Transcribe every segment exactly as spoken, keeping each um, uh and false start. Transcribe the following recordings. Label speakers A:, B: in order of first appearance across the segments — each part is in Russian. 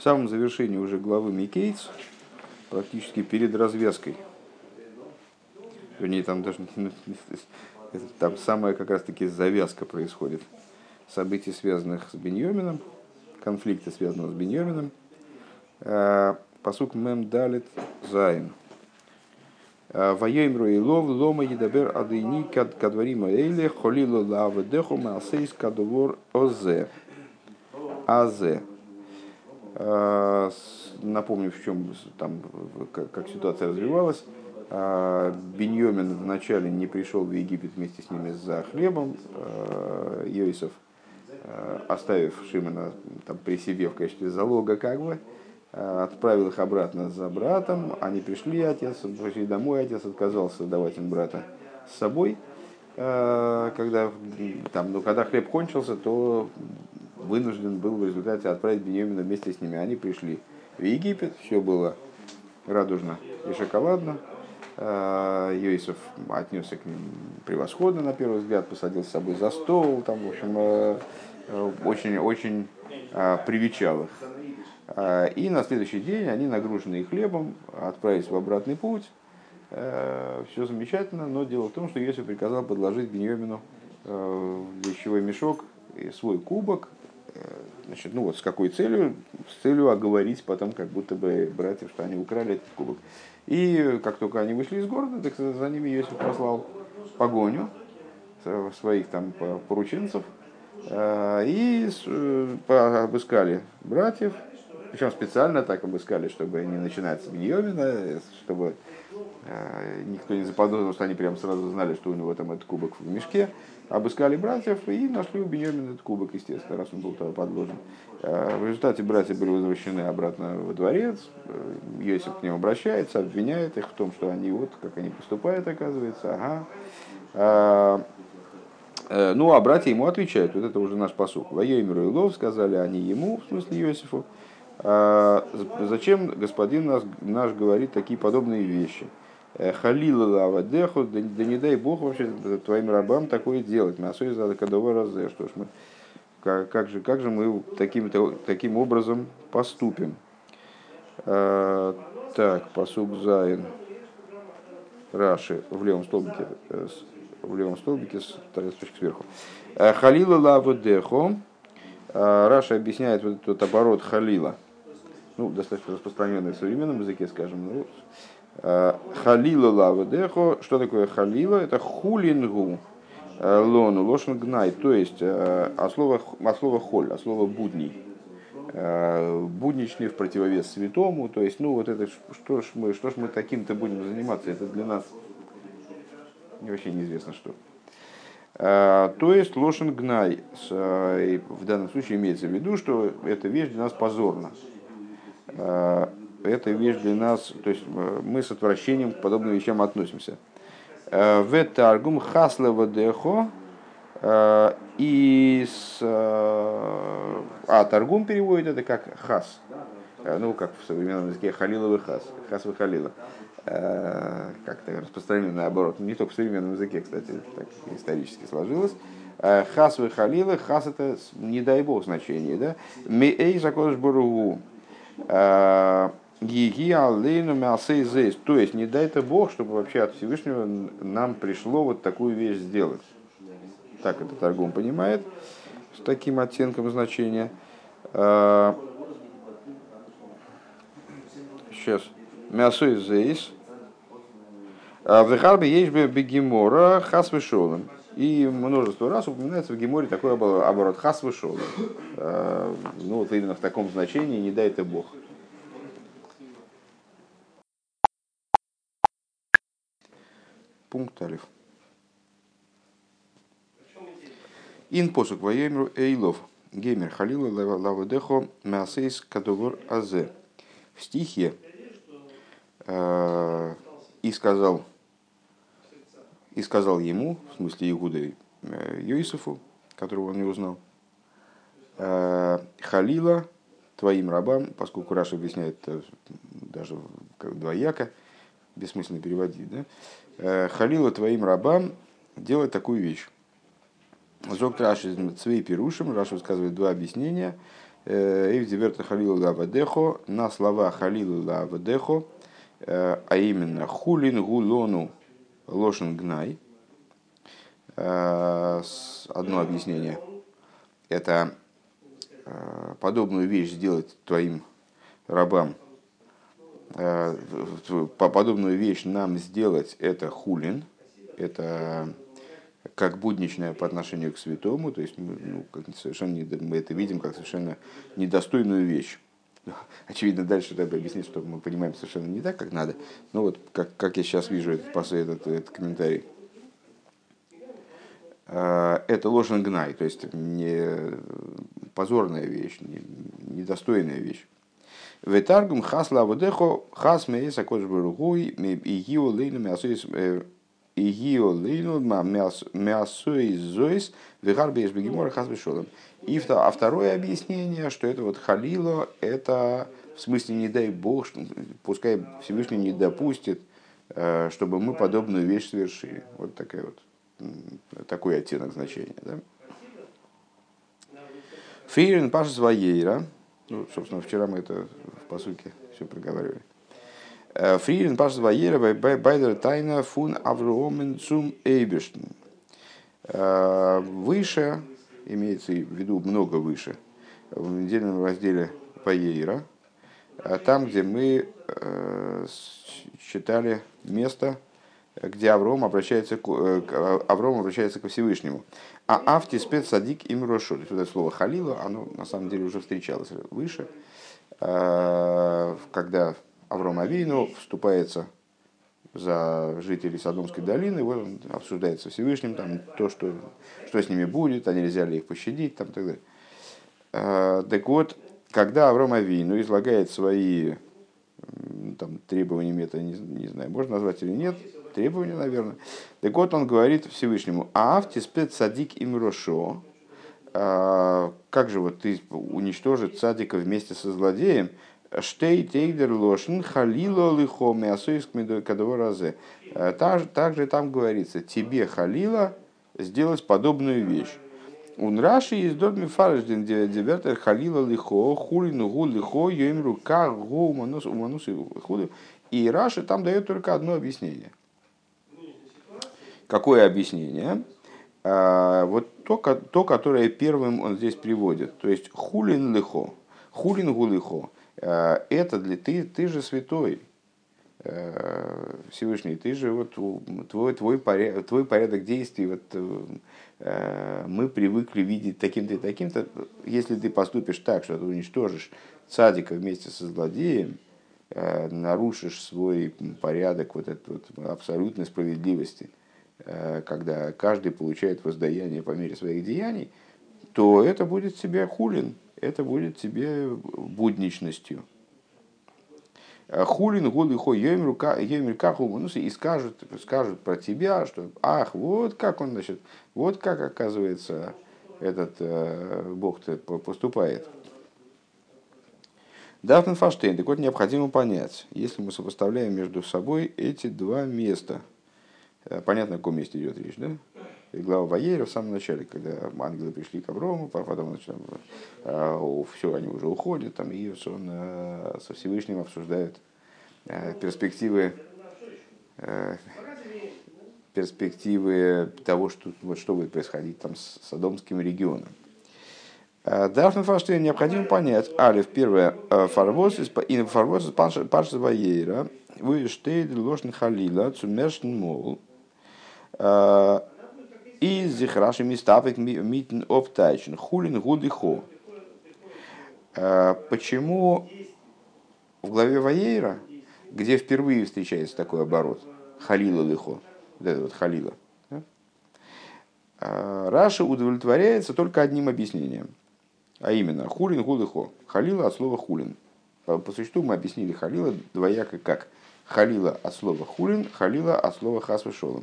A: самом завершении уже главы Микейц, практически перед развязкой, вернее, там даже там самая как раз-таки завязка происходит событий, связанных с Биньомином, конфликта, связанного с Биньомином. Пасук мем далит зайн. Ваеймру и лов лома едабер адыни кадварима эйле холило лава деху маасейс кадувор озе. Азе. Напомню, в чем там, как, как ситуация развивалась. Биньомин вначале не пришел в Египет вместе с ними за хлебом. Йосеф, оставив Шимона там при себе в качестве залога, как бы, отправил их обратно за братом. Они пришли, отец, пришли домой, отец отказался давать им брата с собой. Когда, там, ну, когда хлеб кончился, то вынужден был в результате отправить Биньомина вместе с ними. Они пришли в Египет, все было радужно и шоколадно. Йосеф отнесся к ним превосходно, на первый взгляд, посадил с собой за стол, там, в общем, очень-очень привечал их. И на следующий день они, нагруженные хлебом, отправились в обратный путь. Все замечательно, но дело в том, что Йосеф приказал подложить Биньомину в вещевой мешок свой кубок. Значит, ну вот с какой целью? С целью оговорить потом, как будто бы братьев, что они украли этот кубок. И как только они вышли из города, так за ними Йосеф послал погоню своих там порученцев и обыскали братьев. Причем специально так обыскали, чтобы не начинать с Биньомина, чтобы никто не заподозрил, что они прям сразу знали, что у него там этот кубок в мешке. Обыскали братьев и нашли у Биньомина этот кубок, естественно, раз он был туда подложен. В результате братья были возвращены обратно во дворец. Йосиф к ним обращается, обвиняет их в том, что они вот, как они поступают, оказывается. Ага. Ну, а братья ему отвечают. Вот это уже наш пасук. Ваеймру и лов, сказали они ему, в смысле Йосифу. Зачем господин наш, наш говорит такие подобные вещи? Халила лава деху, да не дай Бог вообще твоим рабам такое делать. Мясой за кадова разе. Что ж мы, как, как, же, как же мы таким, таким образом поступим? А, так, пасук зайн. Раши в левом столбике, в левом столбике с строчки сверху. Халила лава деху. Раши объясняет вот этот оборот халила. Ну, достаточно распространенный в современном языке, скажем. Ну, халила лава дехо. Что такое халила? Это хулингу лону лошен гнай. То есть от слова, от слова холь, от слова будний. Будничный в противовес святому. То есть, ну вот это, что ж мы, что ж мы таким-то будем заниматься? Это для нас вообще неизвестно что. То есть лошен гнай. В данном случае имеется в виду, что эта вещь для нас позорна. Эта вещь для нас, то есть мы с отвращением к подобным вещам относимся. В таргум хаслева дехо и с... А, таргум переводит это как хас. Ну, как в современном языке халиловый хас. Хас вы халила. Как-то распространено наоборот. Не только в современном языке, кстати, так исторически сложилось. Хас вы халила. Хас это, не дай бог, значение. Да? Мей закодыш боругу. То есть не дай-то Бог, чтобы вообще от Всевышнего нам пришло вот такую вещь сделать. Так это Таргум понимает, с таким оттенком значения. Сейчас. Мясой зейс. В Дехарбе есть бегемора хас вышолом. И множество раз упоминается в Геморе такой оборот хас вышолом. Ну вот именно в таком значении не дай-то Бог. Пункт алиф. Ин посук ваемру эйлов. Геймер халила лавадехо мясейс кадовор азе. В стихе э, и сказал и сказал ему, в смысле Игуда э, Йосифу, которого он не узнал, э, халила твоим рабам, поскольку Раша объясняет даже как двояко, бессмысленно переводить, да? Халила твоим рабам делать такую вещь. Зок Раши цвей пирушим, Раша высказывает два объяснения. Эйвдиверта халила лавадехо, на слова халила лавадехо, а именно хулин гулону лошен гнай. Одно объяснение. Это подобную вещь сделать твоим рабам, подобную вещь нам сделать, это хулин, это как будничное по отношению к святому, то есть мы, ну, как совершенно не, мы это видим как совершенно недостойную вещь. Очевидно, дальше треба объяснить, что мы понимаем совершенно не так, как надо. Но вот как, как я сейчас вижу этот, этот, этот комментарий. Это ложен гнай, то есть не позорная вещь, не, недостойная вещь. Ветаргум хасла водехо хас мееса кожбругуй и гио лейну мясуис и гио лейну мясуис зоис вегарбееш бегемора хас бешолом. И а второе объяснение, что это вот халило, это в смысле не дай Бог, пускай Всевышний не допустит, чтобы мы подобную вещь совершили. Вот такая вот. Такой оттенок значения. Да? Фрирен паш зваейра. Ну, собственно, вчера мы это в посылке все проговаривали. Фрирен паш зваейра байдер тайна фун авромен цум эйбештен. Выше, имеется в виду много выше, в недельном разделе Ваейра, там, где мы читали место, где Авром обращается, к, Авром обращается ко Всевышнему. А авти спец садик им рошо. То есть вот это слово халила, оно на самом деле уже встречалось выше, когда Авром Авину вступается за жителей Содомской долины, вот он обсуждает со Всевышним там, то, что, что с ними будет, а нельзя ли их пощадить, там, и так далее. Так вот, когда Авром Авину излагает свои там, требования, это не, не знаю, можно назвать или нет, требования, наверное. Так вот, он говорит Всевышнему: «Аавти спец цадик им рошо». Как же вот ты уничтожить цадика вместе со злодеем? Штей тейдер лошен халило лихо мясоиск медойкадоворазе. Также там говорится: тебе халила сделать подобную вещь. Он раши из дорми фаржден девертер халила лихо хулину гу лихо йемру как гу уманус уманус худу. И Раши там дает только одно объяснение. Какое объяснение? А, вот то, то, которое первым он здесь приводит. То есть хулин лихо, хулин гу лихо. Это для ты, ты же святой, Всевышний, ты же вот твой, твой, порядок, твой порядок действий, вот, мы привыкли видеть таким-то и таким-то. Если ты поступишь так, что ты уничтожишь цадика вместе со злодеем, нарушишь свой порядок вот этой вот абсолютной справедливости, когда каждый получает воздаяние по мере своих деяний, то это будет тебе хулин, это будет тебе будничностью. Хулин гулихо йомиркаху, и скажут, скажут про тебя, что ах, вот как он, значит, вот как, оказывается, этот э, Бог-то поступает. Дафтен Фаштейн, так вот необходимо понять, если мы сопоставляем между собой эти два места. Понятно, о каком месте идет речь, да? Глава Ваейра в самом начале, когда ангелы пришли к Аврому, потом значит, все, они уже уходят, там, и он со Всевышним обсуждают перспективы, перспективы того, что, вот, что будет происходить там с Содомским регионом. Дафн Фаштейн необходимо понять, алиф, первое, фарвоз из фарвоз парша Ваейра, вы штейд лошн халила цумершн мол, и зихраши мистапик митн оптайчен хулин гудихо. Почему в главе Ваейра, где впервые встречается такой оборот, халила лихо, вот это вот халила, да? Раши удовлетворяется только одним объяснением, а именно хулин гудихо. Халила от слова хулин. По, по существу мы объяснили халила двояко как. Халила от слова хулин, халила от слова хас вешолом.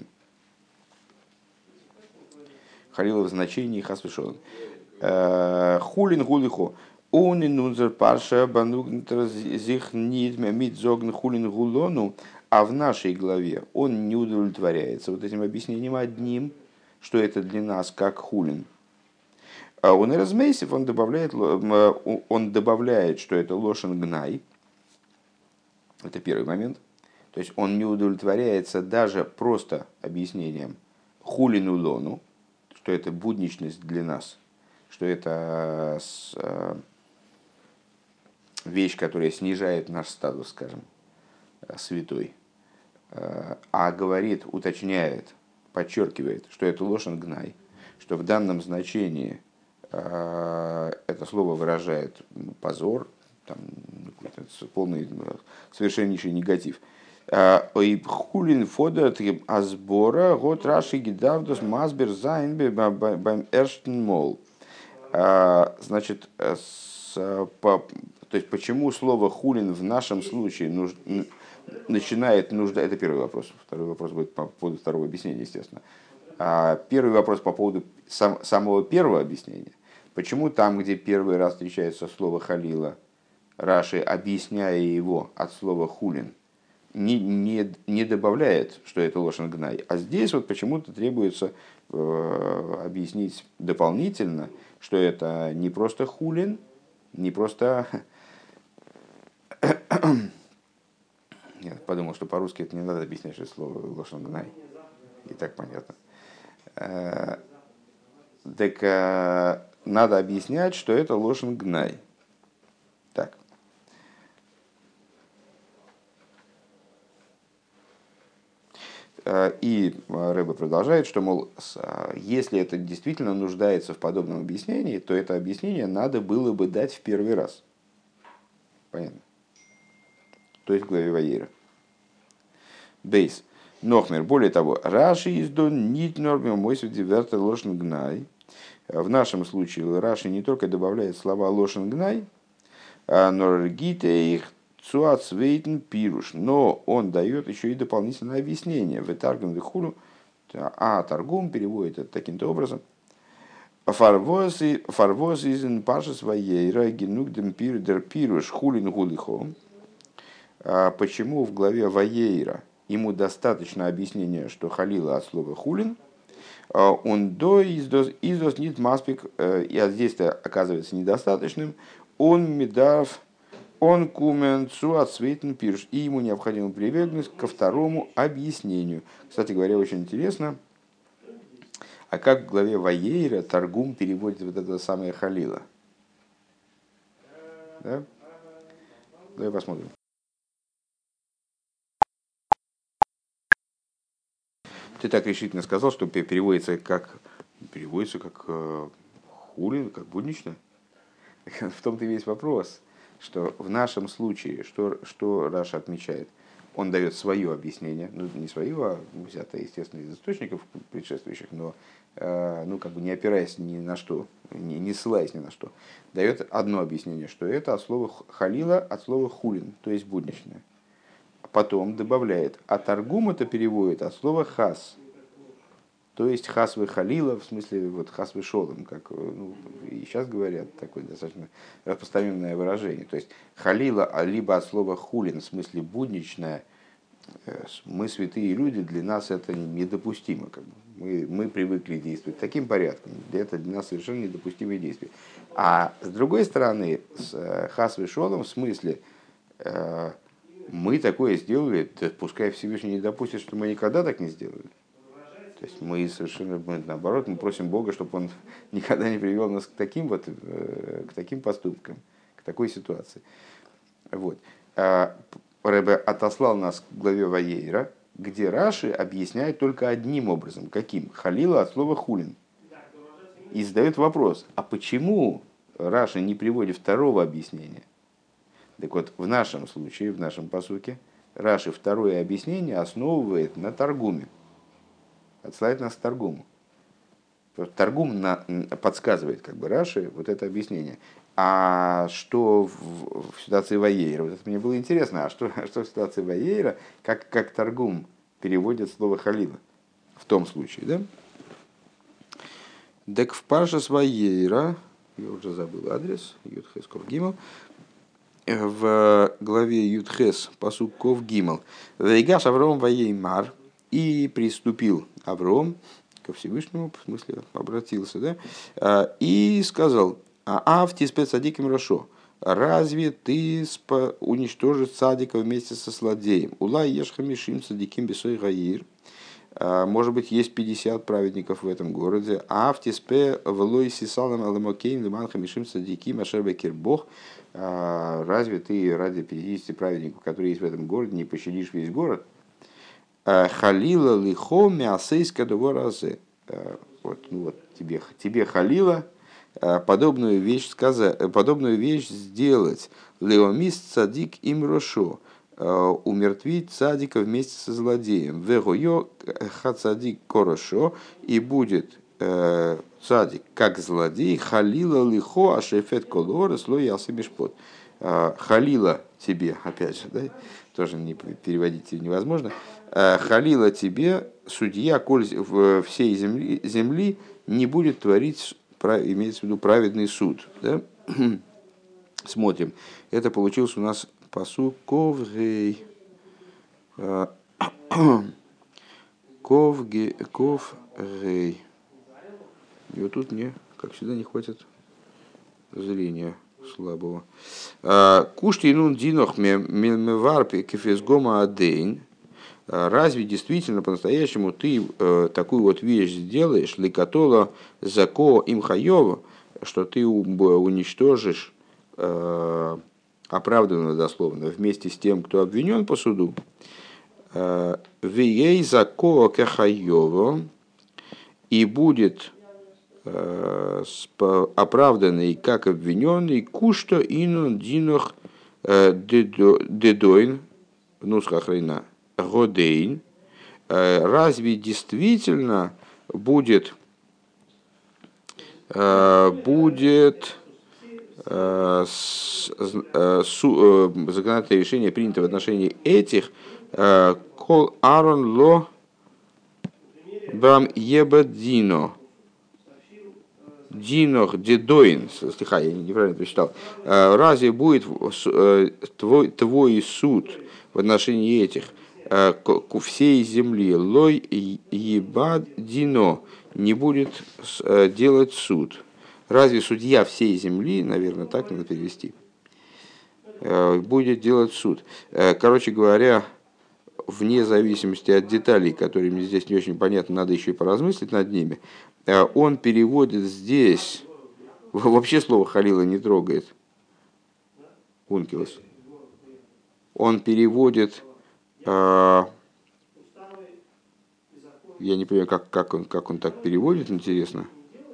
A: Халила в значении хас вешолом. Хулин гулихо. Он и нунзер парша банугнтер зих нидме мидзогн хулин гулону. А в нашей главе он не удовлетворяется вот этим объяснением одним, что это для нас как хулин. А у Нерезмейсев он добавляет, он добавляет, что это лошен гнай. Это первый момент. То есть он не удовлетворяется даже просто объяснением хулину лону, что это будничность для нас, что это вещь, которая снижает наш статус, скажем, святой, а говорит, уточняет, подчеркивает, что это лошен гнай, что в данном значении это слово выражает позор, там, полный, совершеннейший негатив. Хулин фодер азбора год раши гидавдус масбер зайн бэм эрштен мол. Значит, то есть почему слово хулин в нашем случае нуж, начинает нужда... Это первый вопрос. Второй вопрос будет по поводу второго объяснения, естественно. А первый вопрос по поводу сам, самого первого объяснения. Почему там, где первый раз встречается слово халила, Раши, объясняя его от слова хулин, не, не, не добавляет, что это лошен гнай. А здесь вот почему-то требуется э, объяснить дополнительно, что это не просто хулин, не просто... Я подумал, что по-русски это не надо объяснять, что это слово лошен гнай. И так понятно. Э, так э, надо объяснять, что это лошен гнай. Так. И Рэбе продолжает, что, мол, если это действительно нуждается в подобном объяснении, то это объяснение надо было бы дать в первый раз. Понятно? То есть в главе Ваейра. Бейс. Нохмер. Более того, Раши издон нит норме мойсв диверта лошен гнай. В нашем случае Раши не только добавляет слова лошен гнай, но ргите их цуацвейтен пируш, но он дает еще и дополнительное объяснение. В таргум дехулу, а таргум переводит это таким-то образом. Фарвоз изен пашес ваейра генугдем пирдер пируш хулин гулихо. Почему в главе Ваейра ему достаточно объяснения, что халила от слова хулин, он до издос нит маспик, и здесь-то оказывается недостаточным, он медав, он кумен цуацвейтен пирш, и ему необходимо прибегнуть ко второму объяснению. Кстати говоря, очень интересно, а как в главе Ваейра Таргум переводит вот это самое халила? Да? Давай посмотрим. Ты так решительно сказал, что переводится как, переводится как э, хулин, как буднично. В том-то и весь вопрос, что в нашем случае, что, что Раша отмечает, он дает свое объяснение, ну не свое, а взятое, естественно, из источников предшествующих, но э, ну, как бы не опираясь ни на что, не, не ссылаясь ни на что, дает одно объяснение, что это от слова халила, от слова хулин, то есть будничное. Потом добавляет, а Таргум это переводит от слова хас, то есть хас вы халила, в смысле вот хас вы шолом, как ну, и сейчас говорят, такое достаточно распространенное выражение. То есть халила, либо от слова хулин, в смысле будничное, мы святые люди, для нас это недопустимо. Как бы. мы, мы привыкли действовать таким порядком, это для нас совершенно недопустимые действия. А с другой стороны, с хас вы шолом, в смысле, мы такое сделали, пускай Всевышний не допустит, что мы никогда так не сделали. То есть мы совершенно мы, наоборот, мы просим Бога, чтобы Он никогда не привел нас к таким, вот, к таким поступкам, к такой ситуации. Вот. Ребе отослал нас к главе Ваейра, где Раши объясняет только одним образом. Каким? Халила от слова хулин. И задает вопрос, а почему Раши не приводит второго объяснения? Так вот, в нашем случае, в нашем пасуке, Раши второе объяснение основывает на Таргуме. Отсылает нас к Таргуму. Таргум на, подсказывает как бы Раши вот это объяснение. А что в, в ситуации Ваейра? Вот это мне было интересно. А что, что в ситуации Ваейра? Как, как Таргум переводит слово халила? В том случае, да? Так в Паршас Ваейра, я уже забыл адрес, Юдхес Ков Гимел, в главе Юдхес пасук Ков Гимел. Вейгаш Авром Ваеймар, и приступил Авром ко Всевышнему, в смысле, обратился, да, и сказал: «Авти спецадиким рашо, разве ты спа- уничтожишь цадика вместе со злодеем? Улай ешхамишим цадиким бесой гаир». Может быть, есть пятьдесят праведников в этом городе. Автиспе влой сисалам аламокейн лиман хамишим цадиким ашербе кирбох. Разве ты ради пятидесяти праведников, которые есть в этом городе, не пощадишь весь город? Халила лихо мясейска доворазе. Вот, ну вот тебе, тебе халила подобную вещь сказать, подобную вещь сделать. Леомис цадик им рошо. Умертвить цадика вместе со злодеем. Вегойо хацадик корошо. И будет э, цадик как злодей. Халила лихо ашефет колора слой ясыбишпот. Халила тебе, опять же, да, тоже не переводить невозможно. Халила тебе, судья коль всей земли, земли не будет творить, имеется в виду, праведный суд. Да? Смотрим. Это получился у нас пасук ковгей. Ковгей. Ковгей. И вот тут мне, как всегда, не хватит зрения слабого. Кушти нун динох мемеварпи кефезгома адейн. Разве действительно по-настоящему ты э, такую вот вещь сделаешь, ликатола зако имхайова, что ты уничтожишь э, оправданно дословно вместе с тем, кто обвинен по суду, вей зако кахайова, и будет э, оправданный как обвиненный кушто инун динох дедоин в нусхах рейна годейн. Разве действительно будет будет законодательное решение принято в отношении этих кол арон ло бам ебадино динох дедоин, стиха я неправильно прочитал. Разве будет твой, твой суд в отношении этих к всей земли лой ебадино, не будет делать суд? Разве судья всей земли, наверное, так надо перевести, будет делать суд? Короче говоря, вне зависимости от деталей, которые мне здесь не очень понятны, надо еще и поразмыслить над ними, он переводит здесь, вообще слово халила не трогает, ункилос, он переводит, я не понимаю, как, как, он, как он так переводит, интересно.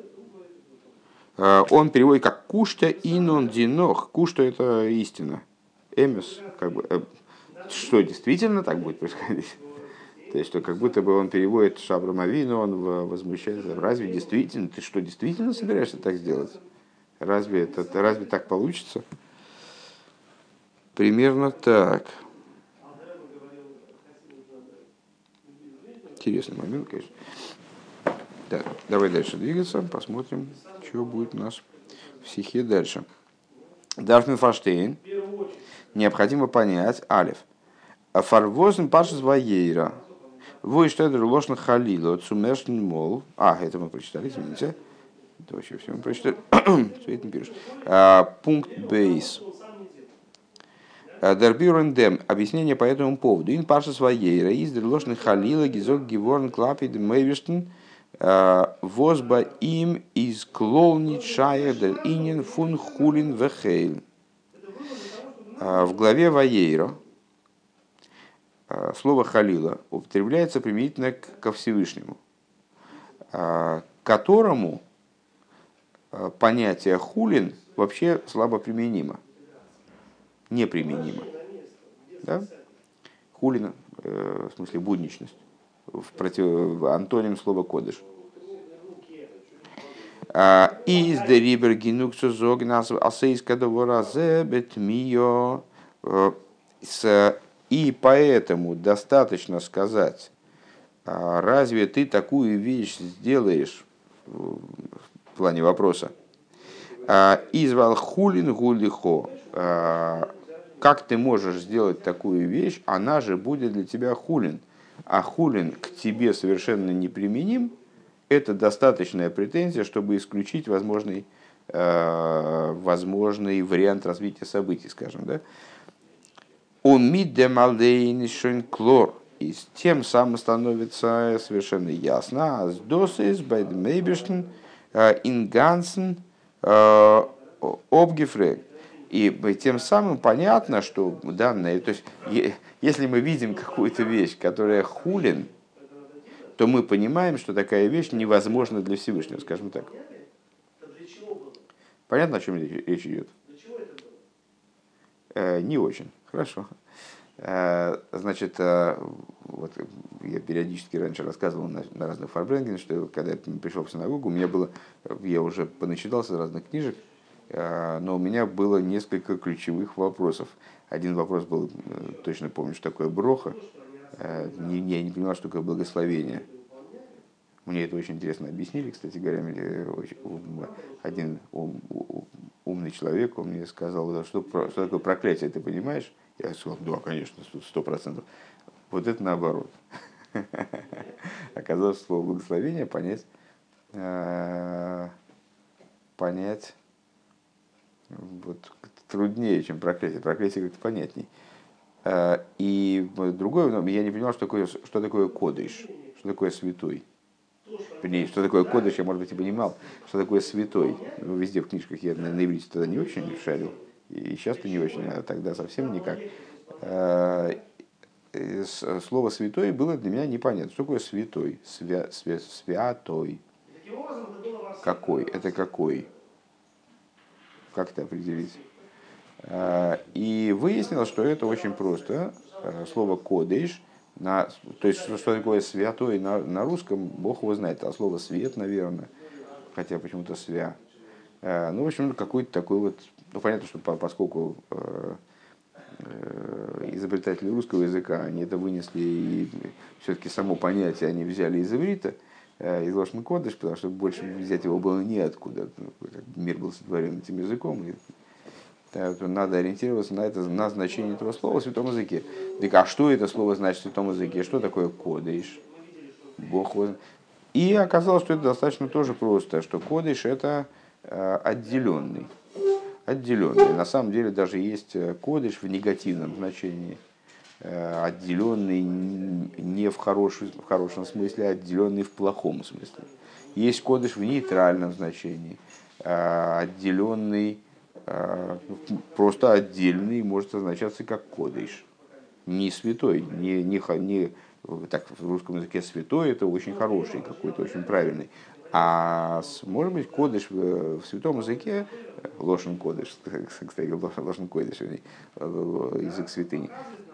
A: Он переводит как кушта инон динох. Кушта — это истина. Эмис, как бы, что действительно так будет происходить. То есть, что как будто бы он переводит Шабрам Авину, он возмущается. Разве действительно, ты что, действительно собираешься так сделать? Разве это, разве так получится? Примерно так. Интересный момент, конечно. Так, давай дальше двигаться, посмотрим, что будет у нас в стихе дальше. Дарфмин Фаштейн. Необходимо понять, алиф. Фарвозен пашес ваейра. Вой штедер лошна халило, цумершн мол. А, это мы прочитали, извините. Это вообще все мы прочитали. Цветно пишешь. Пункт бейс. Дербюрендем. Объяснение по этому поводу. Ин пашес ваейра. Издер лошна халило, гизок геворн клапид мейвиштен. Возба им из клоунит шая дель инин фун хулин вехейл. В главе Ваейро слово халила употребляется применительно ко Всевышнему, которому понятие хулин вообще слабо применимо, неприменимо. Да? Хулина, в смысле будничность, в против... антоним слова кодыш. Из дерибер гинуксу зогнас асейска доворазе бетмио. И поэтому достаточно сказать, разве ты такую вещь сделаешь, в плане вопроса, извал хулин гулихо, как ты можешь сделать такую вещь, она же будет для тебя хулин, а хулин к тебе совершенно неприменим, это достаточная претензия, чтобы исключить возможный, э, возможный вариант развития событий, скажем, да. Умид демалдейнишен клор. И тем самым становится совершенно ясно, а с досис байдмейбештен ингансен обгифрей. И тем самым понятно, что данное, то есть, если мы видим какую-то вещь, которая хулин, то мы понимаем, что такая вещь невозможна для Всевышнего, скажем так. Понятно, о чем речь идет? Э, не очень. Хорошо. Значит, вот я периодически раньше рассказывал на, на разных фарбренгенах, что когда я пришел в синагогу, у меня было, я уже поначитался разных книжек, но у меня было несколько ключевых вопросов. Один вопрос был, точно помню, что такое броха. Не, я не понимал, что такое благословение. Мне это очень интересно объяснили, кстати говоря, один ум, умный человек, он мне сказал, что, что такое проклятие, ты понимаешь? Я сказал, да, конечно, сто процентов. Вот это наоборот. Оказалось, слово благословение понять, понять вот, труднее, чем проклятие. Проклятие как-то понятней. И другое, я не понимал, что такое, что такое кодыш, что такое святой. Что такое кодыш, я, может быть, и понимал, что такое святой. Ну, везде в книжках я на иврите тогда не очень шарил. И сейчас-то не очень, а тогда совсем никак. Слово «святой» было для меня непонятно. Что такое святой? Свя, свя, святой. Какой? Это какой? Как это определить? И выяснилось, что это очень просто. Слово «кодыш», на, то есть что, что такое «святой» на, на русском, Бог его знает. А слово «свет», наверное, хотя почему-то «свя». Ну, в общем, какой-то такой вот... Ну, понятно, что поскольку э, э, изобретатели русского языка, они это вынесли, и все-таки само понятие они взяли из иврита, э, из лошен кодыш, потому что больше взять его было неоткуда. Мир был сотворен этим языком, и э, надо ориентироваться на, это, на значение этого слова в святом языке. Так, а что это слово значит в святом языке? Что такое кодыш? Бог его... И оказалось, что это достаточно тоже просто, что кодыш это э, отделенный. Отделенный. На самом деле даже есть кодыш в негативном значении. Отделенный не в хорошем, в хорошем смысле, а отделенный в плохом смысле. Есть кодыш в нейтральном значении. Отделенный, просто отдельный может означаться как кодыш. Не святой, не, не, не так в русском языке святой это очень хороший, какой-то очень правильный. А может быть кодыш в, в святом языке, лошен кодыш, кстати, лошен кодыш, язык святыни,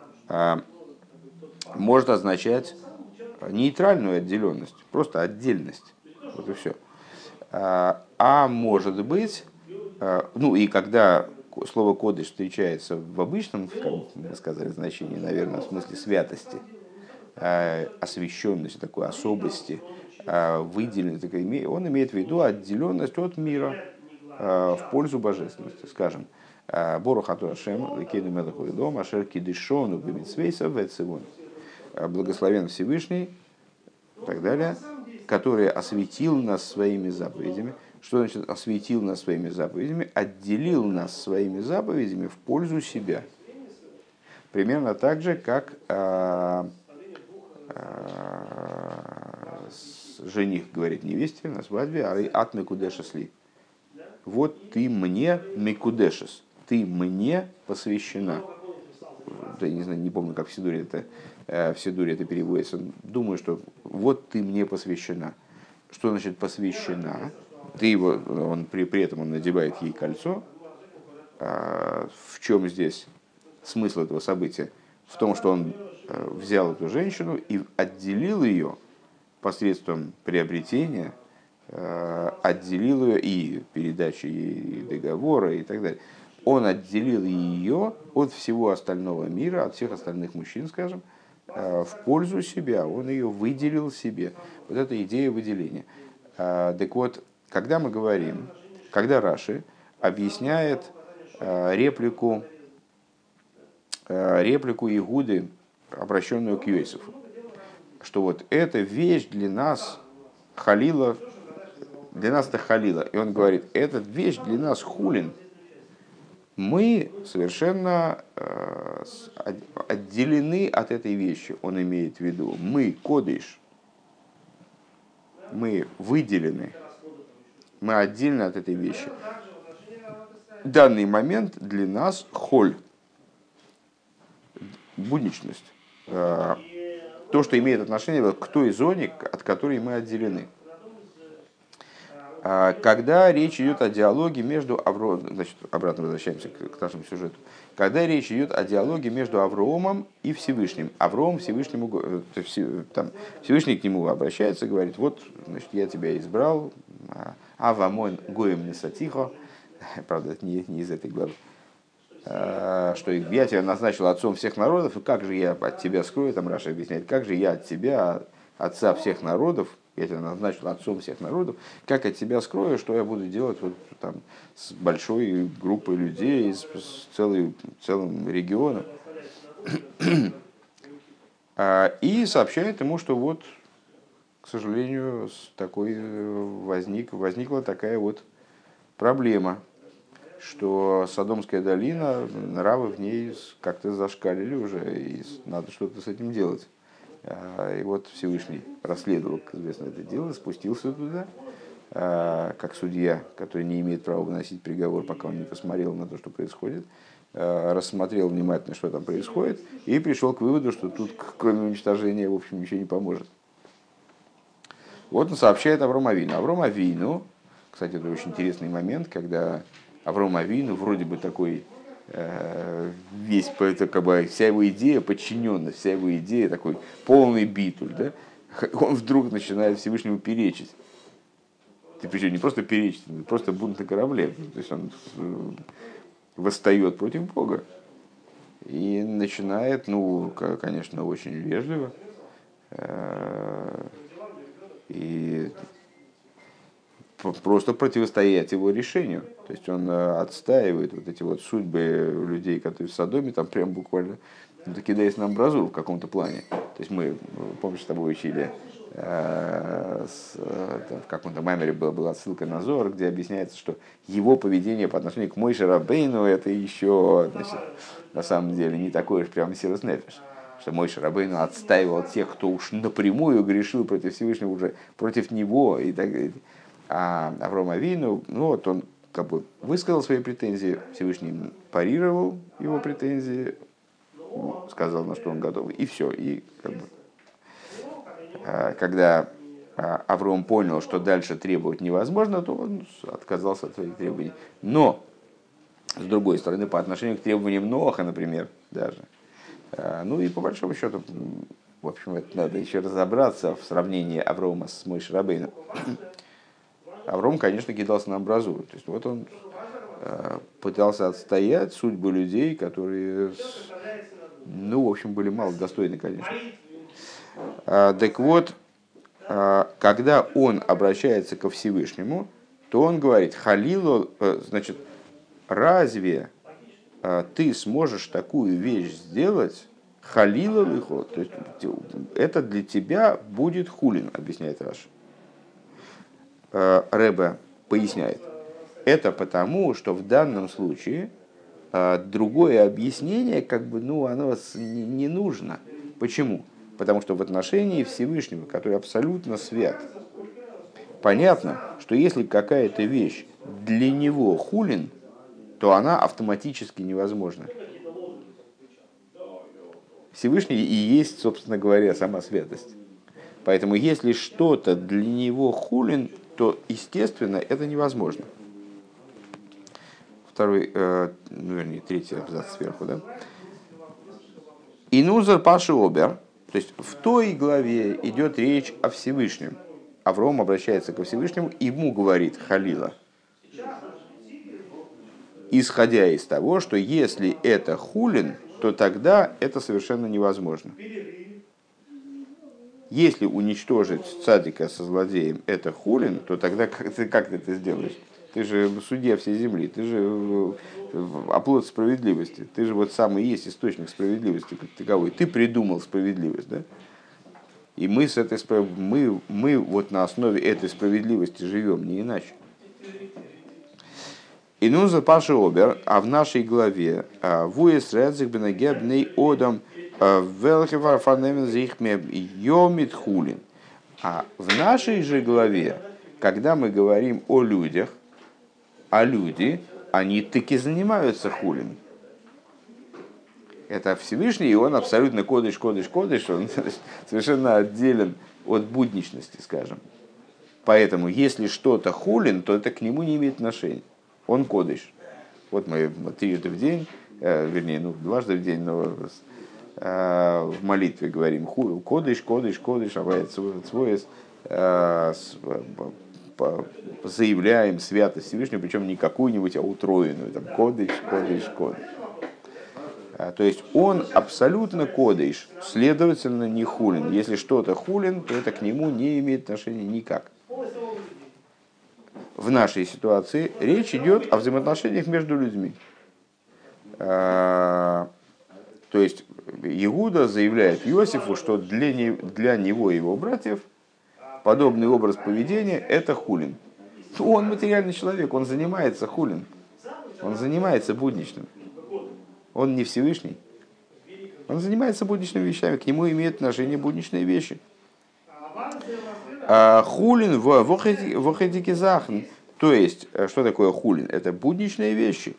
A: может означать нейтральную отделенность, просто отдельность. Вот и все. А может быть, ну и когда слово кодыш встречается в обычном, как мы сказали, значении, наверное, в смысле святости, освященности, такой особости, выделенности, он имеет в виду отделенность от мира в пользу божественности, скажем. Борух ато Ашем, лекейну мелаху идом, ашер кидишону бемитсвейса вецевон. Благословен Всевышний, и так далее, который осветил нас своими заповедями. Что значит осветил нас своими заповедями? Отделил нас своими заповедями в пользу себя. Примерно так же, как а, а, жених говорит невесте на свадьбе, ары ат мекудешесли. Вот ты мне мекудешес, ты мне посвящена. Я не знаю, не помню, как в Сидуре это, в Сидуре это переводится. Думаю, что вот ты мне посвящена. Что значит посвящена? Ты его, он, при, при этом он надевает ей кольцо. А, в чем здесь смысл этого события? В том, что он взял эту женщину и отделил ее посредством приобретения, отделил ее и передачи ей договора и так далее. Он отделил ее от всего остального мира, от всех остальных мужчин, скажем, в пользу себя. Он ее выделил себе. Вот эта идея выделения. Так вот, когда мы говорим, когда Раши объясняет реплику, реплику Игуды, обращенную к Йосефу, что вот эта вещь для нас халила, для нас это халила. И он говорит, эта вещь для нас хулин. Мы совершенно э, отделены от этой вещи, он имеет в виду. Мы кодыш, мы выделены, мы отдельны от этой вещи. Данный момент для нас холь, будничность, э, то, что имеет отношение к той зоне, от которой мы отделены. Когда речь идет о диалоге между Авроомом, значит, обратно возвращаемся к нашему сюжету. Когда речь идет о диалоге между Авроомом и Всевышним. Авроом Всевышнему, там, Всевышний к нему обращается и говорит, вот, значит, я тебя избрал, авамон гоем несатихо, правда, это не, не из этой главы, что я тебя назначил отцом всех народов, и как же я от тебя скрою, там Раша объясняет, как же я от тебя, отца всех народов, я тебя назначил отцом всех народов, как от тебя скрою, что я буду делать вот, там, с большой группой людей, с, с целый, целым регионом. И сообщает ему, что вот, к сожалению, такой возник, возникла такая вот проблема, что Содомская долина, нравы в ней как-то зашкалили уже, и надо что-то с этим делать. И вот Всевышний расследовал, как известно, это дело, спустился туда, как судья, который не имеет права выносить приговор, пока он не посмотрел на то, что происходит, рассмотрел внимательно, что там происходит, и пришел к выводу, что тут, кроме уничтожения, в общем, ничего не поможет. Вот он сообщает Аврому Авину. Аврому Авину, кстати, это очень интересный момент, когда Аврому Авину вроде бы такой... весь, это как бы вся его идея подчиненность, вся его идея такой полный битуль, да? Он вдруг начинает Всевышнему перечить. Ты причем не просто перечить, просто бунт на корабле. То есть он восстает против Бога и начинает, ну, конечно, очень вежливо и просто противостоять его решению. То есть он отстаивает вот эти вот судьбы людей, которые в Содоме, там прям буквально ну, кидаясь на амбразуру в каком-то плане. То есть мы, помнишь, с тобой учили, э, с, там, в каком-то маймере была, была ссылка на Зоар, где объясняется, что его поведение по отношению к Моше Рабейну это еще, значит, на самом деле не такой уж прям сирос нефеш. Что Моше Рабейну отстаивал тех, кто уж напрямую грешил против Всевышнего, уже против него и так далее. А Аврому Авину, ну вот он как бы высказал свои претензии, Всевышний парировал его претензии, сказал, на что он готов, и все. И как бы, когда Авром понял, что дальше требовать невозможно, то он отказался от своих требований. Но, с другой стороны, по отношению к требованиям Ноаха, например, даже, ну и по большому счету, в общем, это надо еще разобраться в сравнении Аврома с Моше Рабейну. Авром, конечно, кидался на амбразуру. То есть вот он э, пытался отстоять судьбу людей, которые, ну, в общем, были мало достойны, конечно. А, так вот, а, когда он обращается ко Всевышнему, то он говорит: Халило, э, значит, разве э, ты сможешь такую вещь сделать? Халило лихо, то есть это для тебя будет хулин, объясняет Раши. Ребе поясняет, это потому, что в данном случае другое объяснение, как бы, ну, оно не нужно. Почему? Потому что в отношении Всевышнего, который абсолютно свят, понятно, что если какая-то вещь для него хулин, то она автоматически невозможна. Всевышний и есть, собственно говоря, сама святость. Поэтому если что-то для него хулин, то, естественно, это невозможно. Второй, э, ну, вернее, третий абзац сверху, да? Инузар Паши Обер, то есть в той главе идет речь о Всевышнем. Авром обращается ко Всевышнему, и ему говорит Халила, исходя из того, что если это хулин, то тогда это совершенно невозможно. Если уничтожить цадика со злодеем это хулин, то тогда как ты, как ты это сделаешь? Ты же судья всей земли, ты же оплот справедливости, ты же вот самый есть источник справедливости как таковой. Ты придумал справедливость, да? И мы, с этой, мы, мы вот на основе этой справедливости живем, не иначе. И ну за Паша Обер, а в нашей главе Вуес Редзик Бенагебный Одам Велхевар Фанемен Зихме Йомит Хулин. А в нашей же главе, когда мы говорим о людях, а люди, они таки занимаются хулин. Это Всевышний, и он абсолютно кодыш, кодыш, кодыш, он совершенно отделен от будничности, скажем. Поэтому, если что-то хулин, то это к нему не имеет отношения. Он кодыш. Вот мы трижды в день, э, вернее, ну, дважды в день, но э, в молитве говорим кодыш, кодыш, кодыш, авает свой, э, заявляем святость Всевышнего, причем не какую-нибудь, а утроенную, там, кодыш, кодыш, кодыш. То есть он абсолютно кодыш, следовательно, не хулин. Если что-то хулин, то это к нему не имеет отношения никак. В нашей ситуации речь идет о взаимоотношениях между людьми. То есть Иуда заявляет Иосифу, что для него и его братьев подобный образ поведения – это хулин. Он материальный человек, он занимается хулин, он занимается будничным. Он не Всевышний. Он занимается будничными вещами, к нему имеют отношение будничные вещи. Хулин в вохедике захн. То есть, что такое хулин? Это будничные вещи.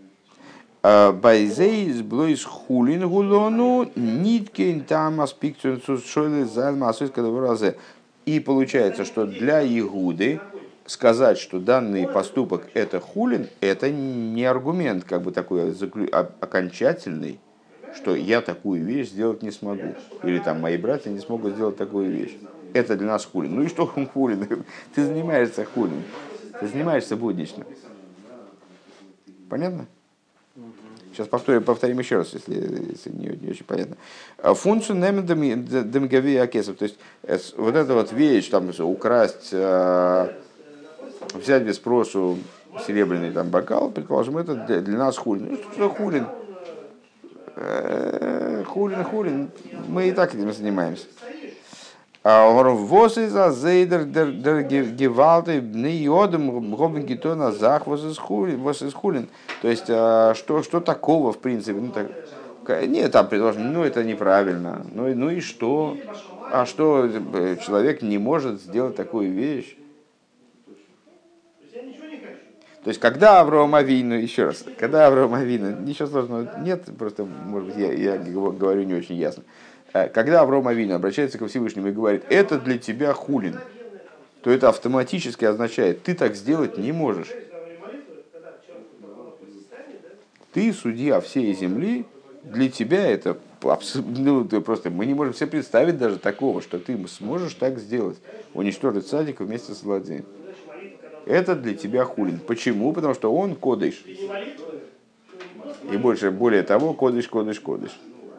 A: Байзейс блойс хулин гулону ниткин там аспекту шойлы зальма асуйского. И получается, что для Игуды сказать, что данный поступок это хулин, это не аргумент, как бы такой окончательный, что я такую вещь сделать не смогу. Или там мои братья не смогут сделать такую вещь. Это для нас хулин. Ну и что он хулин? Ты занимаешься хулин. Ты занимаешься будничным. Понятно? Сейчас повторим, повторим еще раз, если, если не, не очень понятно. Функцию немедемгави акесов. То есть вот эта вот вещь, там, украсть, взять без спросу серебряный там, бокал, предположим, это для, для нас хулин. Ну, что хулин? Э-э, хулин, хулин. Мы и так этим занимаемся. Вот из-за зейдер гевалты не одем гобники то на зах вот из хулин. То есть, что, что такого, в принципе? Ну, так, нет, там предложено, ну это неправильно. Ну, ну и что? А что человек не может сделать такую вещь? То есть, когда Авраам Авину, еще раз, когда Авраам Авину, ничего сложного нет, просто, может быть, я, я говорю не очень ясно. Когда Авраам Авину обращается ко Всевышнему и говорит, это для тебя хулин, то это автоматически означает, ты так сделать не можешь. Ты судья всей земли, для тебя это ну, ты просто, мы не можем себе представить даже такого, что ты сможешь так сделать, уничтожить садика вместе с злодеем. Это для тебя хулин. Почему? Потому что он кодыш. И больше, более того, кодыш, кодыш, кодыш.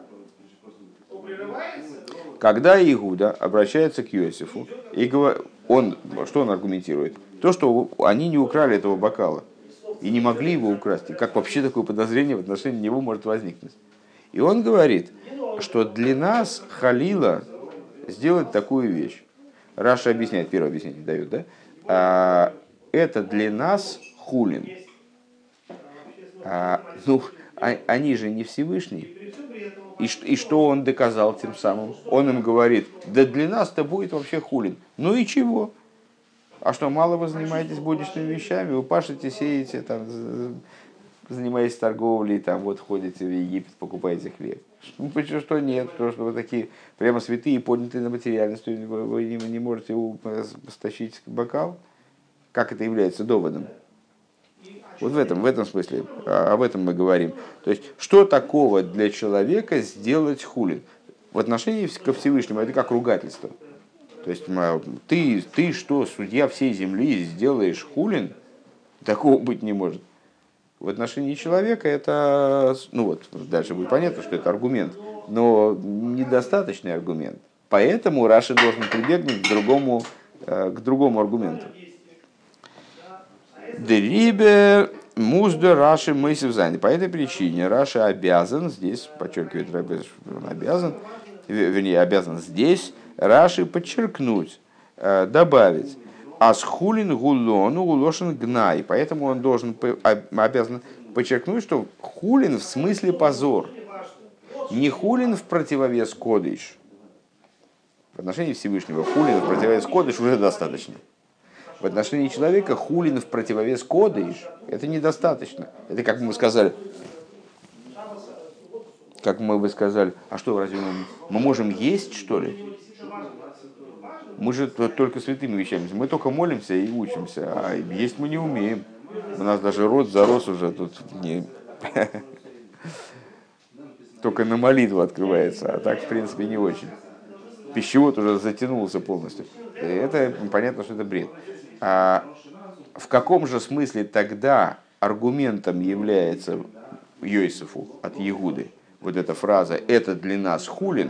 A: Когда Игуда обращается к Иосифу, и говорит, он, что он аргументирует? То, что они не украли этого бокала и не могли его украсть. И как вообще такое подозрение в отношении него может возникнуть? И он говорит, что для нас халила сделать такую вещь. Раша объясняет, первое объяснение дает, да? А, это для нас хулин. А, ну, а, они же не Всевышний. И, и что он доказал тем самым? Он им говорит, да для нас-то будет вообще хулин. Ну и чего? А что, мало вы занимаетесь будничными вещами? Вы пашете, сеете, там, занимаетесь торговлей, там, вот ходите в Египет, покупаете хлеб. Ну, почему что нет? Потому что вы такие прямо святые, поднятые на материальность, вы, вы не, не можете стащить бокал? Как это является доводом? Вот в этом, в этом смысле, об этом мы говорим. То есть, что такого для человека сделать хулин? В отношении ко Всевышнему это как ругательство. То есть, ты, ты что, судья всей земли, сделаешь хулин? Такого быть не может. В отношении человека это, ну вот, дальше будет понятно, что это аргумент, но недостаточный аргумент. Поэтому Раши должен прибегнуть к другому, к другому аргументу. Дерибе музда Раши Мойсев Зайни. По этой причине Раши обязан, здесь подчеркивает Рабби, он обязан вернее, обязан здесь Раши подчеркнуть, добавить, асхулин гулону гулошен гнай. Поэтому он должен, обязан подчеркнуть, что хулин в смысле позор. Не хулин в противовес кодыш. В отношении Всевышнего хулин в противовес кодыш уже достаточно. В отношении человека хулин в противовес кодыш это недостаточно. Это как мы сказали, как мы бы сказали, а что, разве мы, мы можем есть, что ли? Мы же только святыми вещами. Мы только молимся и учимся, а есть мы не умеем. У нас даже рот зарос уже тут не... только на молитву открывается, а так, в принципе, не очень. Пищевод уже затянулся полностью. Это понятно, что это бред. А в каком же смысле тогда аргументом является Йосефу от Егуды вот эта фраза «это для нас хулин»?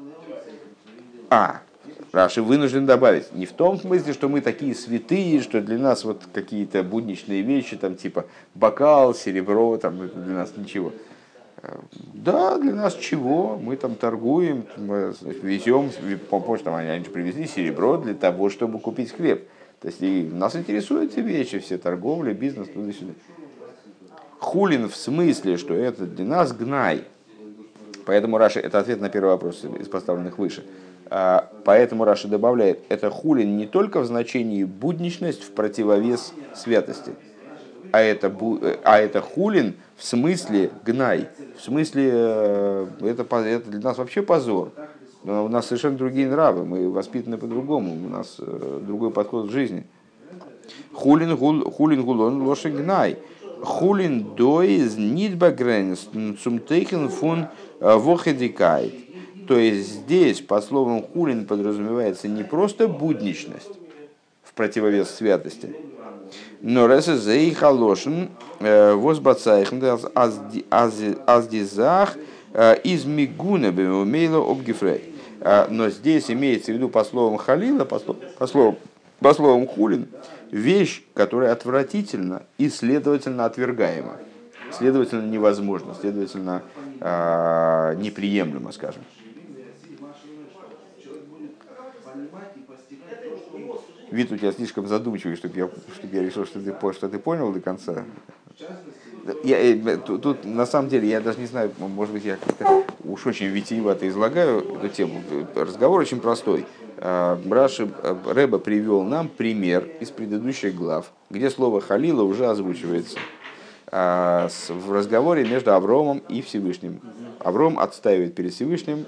A: А, Раши вынужден добавить, не в том смысле, что мы такие святые, что для нас вот какие-то будничные вещи, там типа бокал, серебро, там это для нас ничего. Да, для нас чего? Мы там торгуем, мы везем, помнишь, там они же привезли серебро для того, чтобы купить хлеб. То есть и нас интересуют эти вещи, все торговля, бизнес, туда-сюда. Хулин в смысле, что это для нас гнай. Поэтому Раши, это ответ на первый вопрос из поставленных выше. Поэтому Раши добавляет, это хулин не только в значении будничность в противовес святости, а это, а это хулин в смысле гнай, в смысле это, это для нас вообще позор. Но у нас совершенно другие нравы, мы воспитаны по-другому, у нас другой подход к жизни. Хулин гулон лоши гнай. Хулин доиз нидбагренс цумтейхен фун вохедикайт. То есть здесь под словом хулин подразумевается не просто будничность в противовес святости, но ресе зейхалошен возбацайхн аздизах из мигуна бемейло обгифрей. Но здесь имеется в виду по словам халила, по словам, по словам хулин, вещь, которая отвратительна и, следовательно, отвергаема, следовательно, невозможна, следовательно, неприемлема, скажем. Вид у тебя слишком задумчивый, чтобы я, чтобы я решил, что ты, что ты понял до конца. Я, тут, тут, на самом деле, я даже не знаю, может быть, я как-то уж очень витиевато излагаю эту тему. Разговор очень простой. Раши Рэба привел нам пример из предыдущих глав, где слово «халила» уже озвучивается в разговоре между Авромом и Всевышним. Авром отстаивает перед Всевышним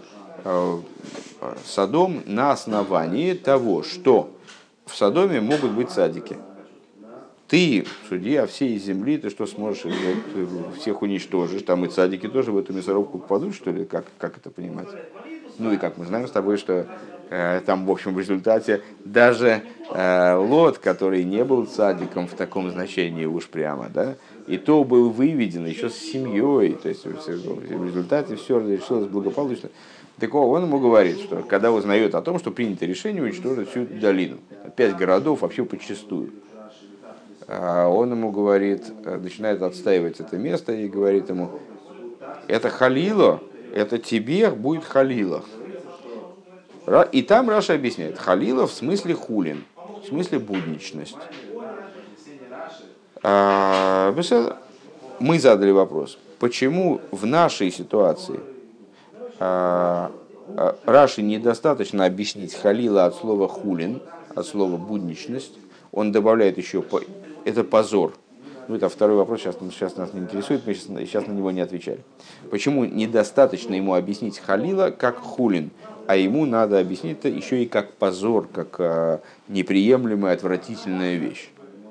A: Содом на основании того, что в Содоме могут быть цадики. Ты, судья всей земли, ты что сможешь ты всех уничтожишь? Там и цадики тоже в эту мясорубку попадут, что ли? Как, как это понимать? Ну и как мы знаем с тобой, что э, там, в общем, в результате даже э, Лот, который не был цадиком в таком значении уж прямо, да, и то был выведен еще с семьей, то есть в результате все решилось благополучно. Так он ему говорит, что когда узнает о том, что принято решение уничтожить всю эту долину, пять городов вообще подчистую, он ему говорит, начинает отстаивать это место и говорит ему, это халило, это тебе будет халило. И там Раша объясняет, халило в смысле хулин, в смысле будничность. Мы задали вопрос, почему в нашей ситуации Раши недостаточно объяснить халила от слова хулин, от слова будничность, он добавляет еще это позор. Ну, это второй вопрос, сейчас, сейчас нас не интересует, мы сейчас, сейчас на него не отвечали. Почему недостаточно ему объяснить халила как хулин, а ему надо объяснить это еще и как позор, как а, неприемлемая, отвратительная вещь.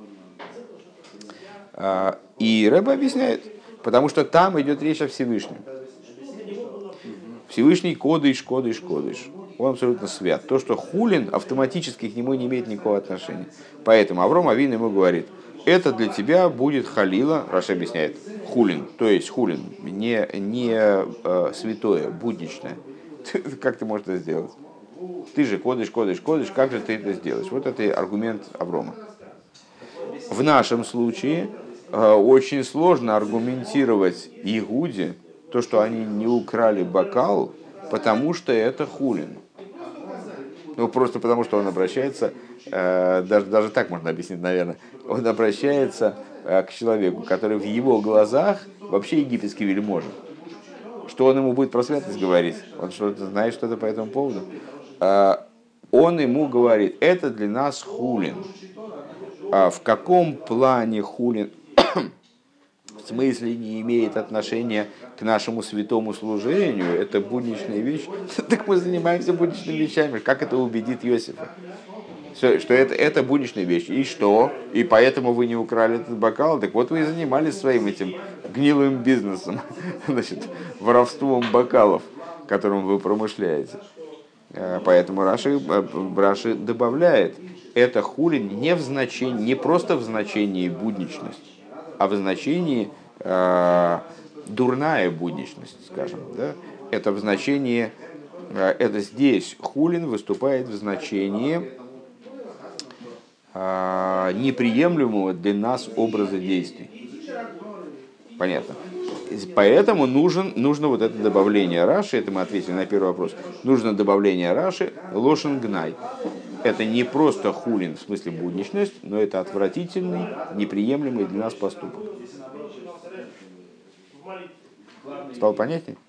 A: А, и Рэбе объясняет, потому что там идет речь о Всевышнем. Всевышний кодыш, кодыш, кодыш. Он абсолютно свят. То, что хулин, автоматически к нему не имеет никакого отношения. Поэтому Авром Авин ему говорит, это для тебя будет халила, Раша объясняет, хулин, то есть хулин, не, не э, святое, будничное. Как ты можешь это сделать? Ты же кодыш, кодыш, кодыш, как же ты это сделаешь? Вот это аргумент Аврома. В нашем случае э, очень сложно аргументировать Игуде, то, что они не украли бокал, потому что это хулин. Ну, просто потому, что он обращается, э, даже, даже так можно объяснить, наверное, он обращается э, к человеку, который в его глазах вообще египетский вельможа. Что он ему будет про святость говорить? Он что-то знает что-то по этому поводу. Э, он ему говорит, это для нас хулин. А в каком плане хулин? В смысле не имеет отношения к нашему святому служению, это будничная вещь. Так мы занимаемся будничными вещами. Как это убедит Йосифа? Что это, это будничная вещь. И что? И поэтому вы не украли этот бокал? Так вот вы и занимались своим этим гнилым бизнесом, значит, воровством бокалов, которым вы промышляете. Поэтому Раши, Раши добавляет, это хулин не в значении, не просто в значении будничность, а в значении э, дурная будничность, скажем. Да? Это в значении, э, это здесь хулин выступает в значении э, неприемлемого для нас образа действий. Понятно. Поэтому нужен, нужно вот это добавление Раши, это мы ответили на первый вопрос, нужно добавление Раши лошен гнай. Это не просто хулин в смысле будничность, но это отвратительный, неприемлемый для нас поступок. Стало понятнее?